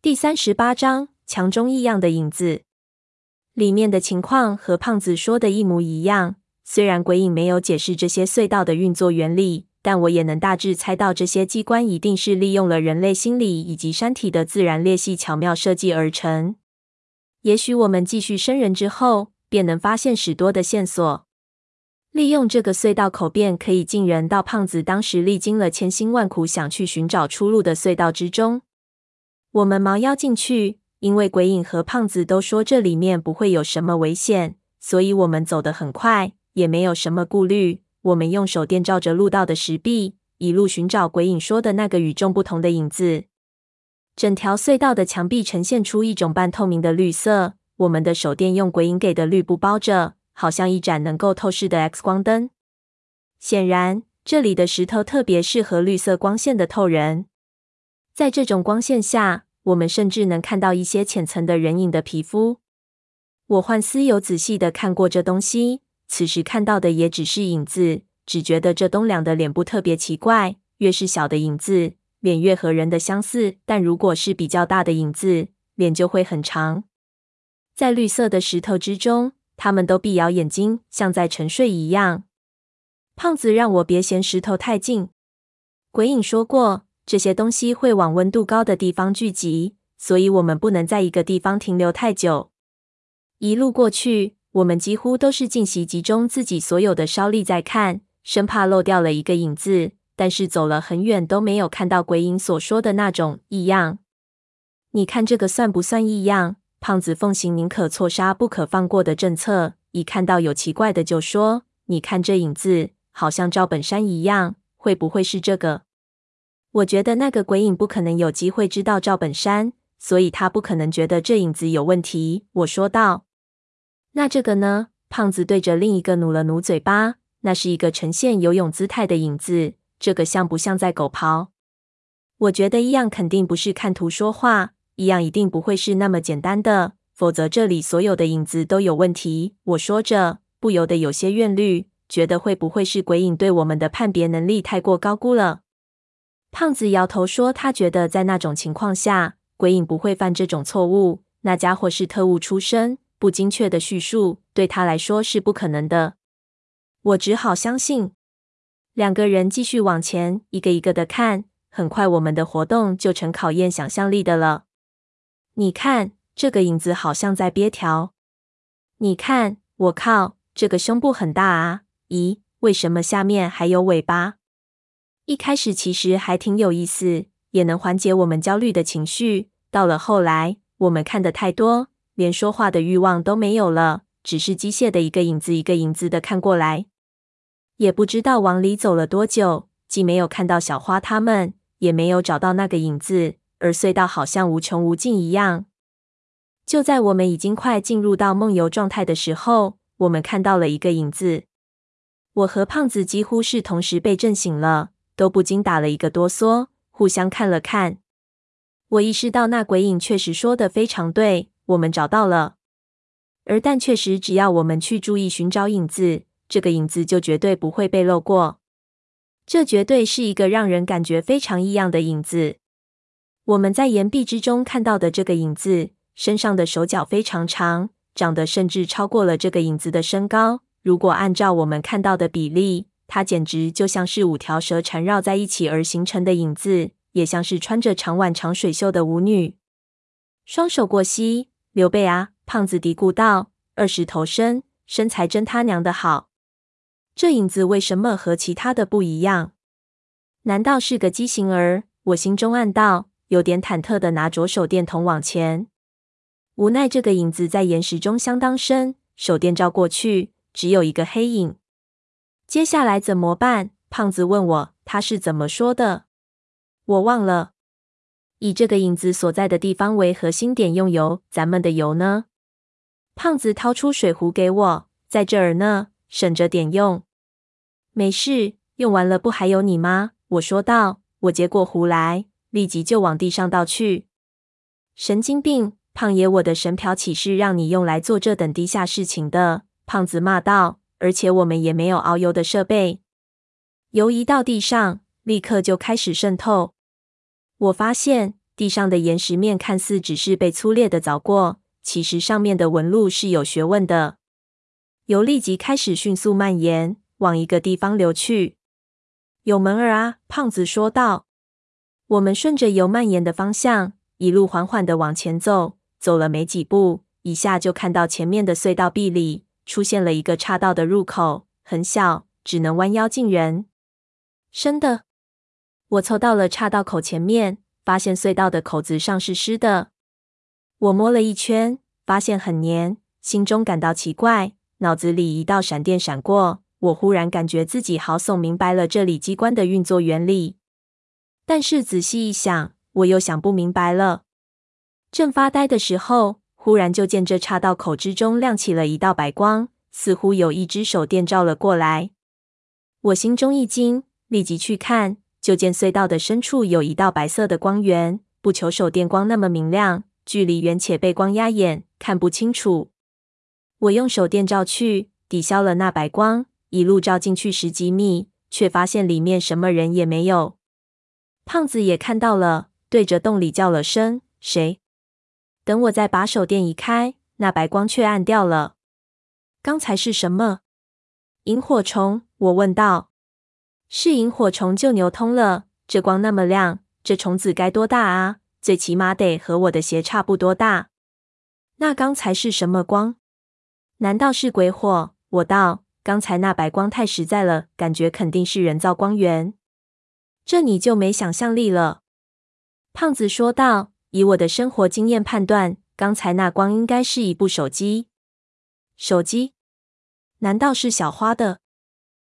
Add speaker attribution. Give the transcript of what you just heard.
Speaker 1: 第38章墙中异样的影子。里面的情况和胖子说的一模一样，虽然鬼影没有解释这些隧道的运作原理，但我也能大致猜到这些机关一定是利用了人类心理以及山体的自然裂隙巧妙设计而成。也许我们继续生人之后，便能发现许多的线索。利用这个隧道口便可以进人到胖子当时历经了千辛万苦想去寻找出路的隧道之中。我们猫腰进去，因为鬼影和胖子都说这里面不会有什么危险，所以我们走得很快，也没有什么顾虑。我们用手电照着路道的石壁，一路寻找鬼影说的那个与众不同的影子。整条隧道的墙壁呈现出一种半透明的绿色，我们的手电用鬼影给的绿布包着，好像一盏能够透视的 X 光灯。显然，这里的石头特别适合绿色光线的透人。在这种光线下，我们甚至能看到一些浅层的人影的皮肤。我幻思有仔细的看过这东西，此时看到的也只是影子，只觉得这东两的脸部特别奇怪，越是小的影子，脸越和人的相似，但如果是比较大的影子，脸就会很长。在绿色的石头之中，他们都闭咬眼睛，像在沉睡一样。胖子让我别嫌石头太近。鬼影说过，这些东西会往温度高的地方聚集，所以我们不能在一个地方停留太久。一路过去，我们几乎都是尽习集中自己所有的烧力在看，生怕漏掉了一个影子，但是走了很远都没有看到鬼影所说的那种异样。你看这个算不算异样？胖子奉行宁可错杀不可放过的政策，一看到有奇怪的就说，你看这影子好像赵本山一样，会不会是这个？我觉得那个鬼影不可能有机会知道赵本山，所以他不可能觉得这影子有问题，我说道。那这个呢？胖子对着另一个努了努嘴巴，那是一个呈现游泳姿态的影子，这个像不像在狗刨？我觉得异样肯定不是看图说话，异样一定不会是那么简单的，否则这里所有的影子都有问题。我说着，不由得有些怨虑，觉得会不会是鬼影对我们的判别能力太过高估了。胖子摇头说，他觉得在那种情况下，鬼影不会犯这种错误，那家伙是特务出身，不精确的叙述对他来说是不可能的。我只好相信。两个人继续往前，一个一个的看，很快我们的活动就成考验想象力的了。你看，这个影子好像在憋条。你看，我靠，这个胸部很大啊！咦，为什么下面还有尾巴？一开始其实还挺有意思，也能缓解我们焦虑的情绪。到了后来，我们看得太多，连说话的欲望都没有了，只是机械的一个影子一个影子的看过来。也不知道往里走了多久，既没有看到小花他们，也没有找到那个影子，而隧道好像无穷无尽一样。就在我们已经快进入到梦游状态的时候，我们看到了一个影子。我和胖子几乎是同时被震醒了，都不禁打了一个哆嗦，互相看了看。我意识到那鬼影确实说得非常对，我们找到了。但确实只要我们去注意寻找影子，这个影子就绝对不会被漏过。这绝对是一个让人感觉非常异样的影子。我们在岩壁之中看到的这个影子，身上的手脚非常长，长得甚至超过了这个影子的身高。如果按照我们看到的比例，它简直就像是5条蛇缠绕在一起而形成的影子，也像是穿着长挽长水袖的舞女。双手过膝，刘备啊，胖子嘀咕道，20头身，身材真他娘的好。这影子为什么和其他的不一样？难道是个畸形儿？我心中暗道，有点忐忑地拿着手电筒往前。无奈这个影子在岩石中相当深，手电照过去，只有一个黑影。接下来怎么办？胖子问我，他是怎么说的？我忘了。以这个影子所在的地方为核心点用油，咱们的油呢？胖子掏出水壶给我，在这儿呢，省着点用。没事，用完了不还有你吗？我说道。我接过壶来，立即就往地上倒去。神经病，胖爷，我的神瓢岂是让你用来做这等低下事情的？胖子骂道。而且我们也没有熬油的设备。油一到地上，立刻就开始渗透。我发现， 地上的岩石面看似只是被粗略的凿过，其实上面的纹路是有学问的。油立即开始迅速蔓延，往一个地方流去。有门儿啊，胖子说道。我们顺着油蔓延的方向，一路缓缓地往前走，走了没几步，一下就看到前面的隧道壁里出现了一个岔道的入口，很小，只能弯腰进人。深的。我凑到了岔道口前面，发现隧道的口子上是湿的。我摸了一圈，发现很黏，心中感到奇怪，脑子里一道闪电闪过，我忽然感觉自己好像明白了这里机关的运作原理。但是仔细一想，我又想不明白了。正发呆的时候，忽然就见这岔道口之中亮起了一道白光，似乎有一只手电照了过来。我心中一惊，立即去看，就见隧道的深处有一道白色的光源，不求手电光那么明亮，距离远且被光压眼，看不清楚。我用手电照去，抵消了那白光，一路照进去10几米，却发现里面什么人也没有。胖子也看到了，对着洞里叫了声“谁”。等我再把手电移开，那白光却暗掉了。刚才是什么？萤火虫，我问道。是萤火虫就牛通了，这光那么亮，这虫子该多大啊？最起码得和我的鞋差不多大。那刚才是什么光？难道是鬼火？我道，刚才那白光太实在了，感觉肯定是人造光源。这你就没想象力了。胖子说道，以我的生活经验判断，刚才那光应该是一部手机。手机？难道是小花的？